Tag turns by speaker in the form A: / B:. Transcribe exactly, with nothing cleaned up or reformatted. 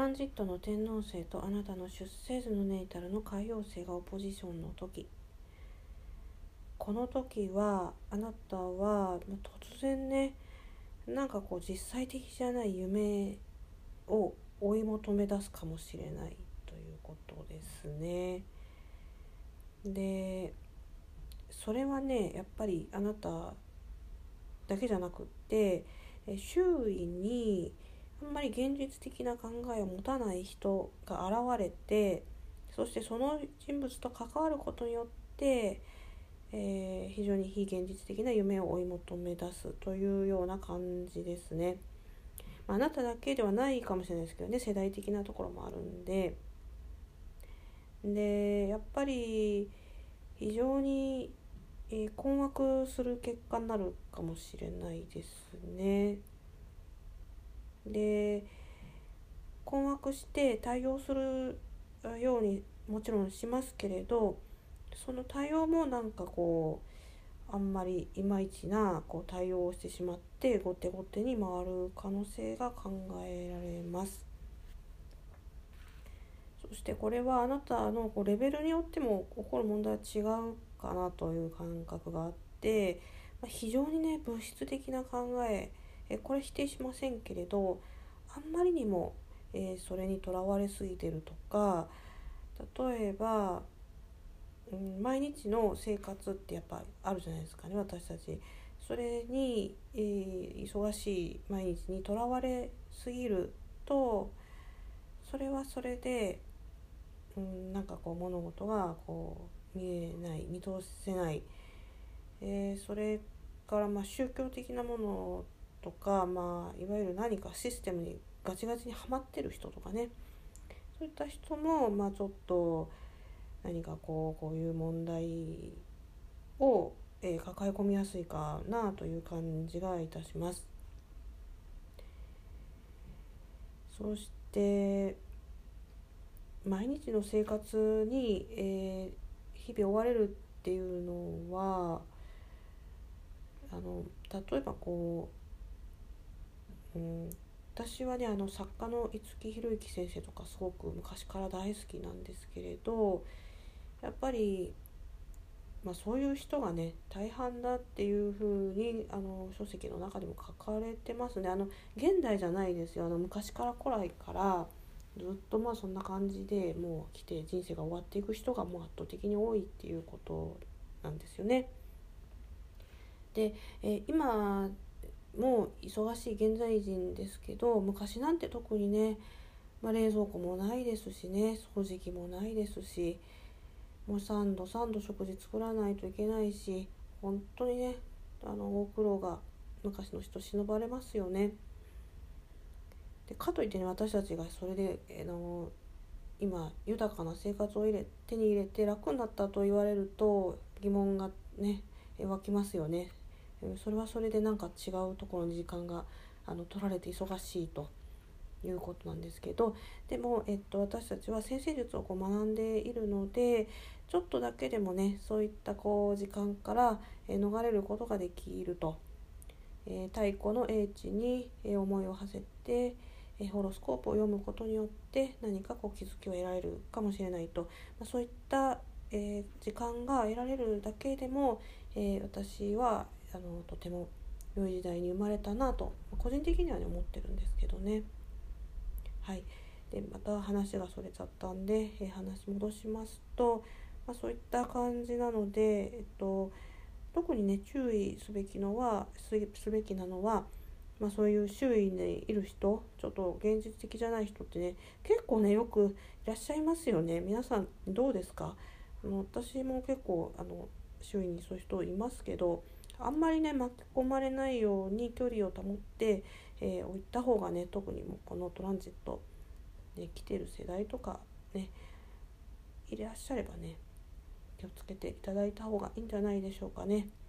A: ンジットの天王星とあなたの出生図のネイタルの海王星がオポジションの時、この時はあなたは突然ね、なんかこう実際的じゃない夢を追い求め出すかもしれないということですね。で、それはね、やっぱりあなただけじゃなくって、周囲にあんまり現実的な考えを持たない人が現れて、そしてその人物と関わることによって、えー、非常に非現実的な夢を追い求め出すというような感じですね。まあ、あなただけではないかもしれないですけどね、世代的なところもあるんで、でやっぱり非常に、えー、困惑する結果になるかもしれないですね。で困惑して対応するようにもちろんしますけれど、その対応もなんかこうあんまりいまいちなこう対応をしてしまって後手後手に回る可能性が考えられます。そしてこれはあなたのこうレベルによっても起こる問題は違うかなという感覚があって、非常にね物質的な考え、これ否定しませんけれど、あんまりにも、えー、それにとらわれすぎてるとか、例えば、うん、毎日の生活ってやっぱあるじゃないですかね、私たち。それに、えー、忙しい毎日にとらわれすぎると、それはそれでうん、なんかこう物事がこう見えない見通せない、えー、それからまあ宗教的なものとか、まあ、いわゆる何かシステムにガチガチにはまってる人とかね、そういった人もまあちょっと何かこうこういう問題を、えー、抱え込みやすいかなという感じがいたします。そして毎日の生活に、えー、日々追われるっていうのは、あの例えばこう、うん、私はねあの作家の五木ひろゆき先生とかすごく昔から大好きなんですけれど、やっぱり、まあ、そういう人がね大半だっていうふうにあの書籍の中でも書かれてますね。あの現代じゃないですよ。あの昔から古来からずっとまあそんな感じでもう来て人生が終わっていく人がもう圧倒的に多いっていうことなんですよね。で、えー、今もう忙しい現在人ですけど、昔なんて特にね、まあ、冷蔵庫もないですしね、掃除機もないですし、もうさんどさんど食事作らないといけないし、本当にねあの大苦労が昔の人忍ばれますよね。でかといってね、私たちがそれで、あの今豊かな生活を入れ手に入れて楽になったと言われると疑問がね湧きますよね。それはそれでなんか違うところに時間があの取られて忙しいということなんですけど、でも、えっと、私たちは先生術をこう学んでいるので、ちょっとだけでもねそういったこう時間から、えー、逃れることができると、えー、太古の英知に、えー、思いを馳せて、えー、ホロスコープを読むことによって何かこう気づきを得られるかもしれないと、まあ、そういった、えー、時間が得られるだけでも、えー、私はあのとても良い時代に生まれたなと個人的にはね思ってるんですけどね。はい、でまた話がそれちゃったんで、えー、話戻しますと、まあ、そういった感じなので、えっと、特にね注意すべきのはすすべきなのは、まあ、そういう周囲にいる人、ちょっと現実的じゃない人ってね結構ねよくいらっしゃいますよね。皆さんどうですか？あの私も結構あの周囲にそういう人いますけど、あんまりね巻き込まれないように距離を保って、えー、置いた方がね、特にもうこのトランジットで来てる世代とかねいらっしゃればね気をつけていただいた方がいいんじゃないでしょうかね。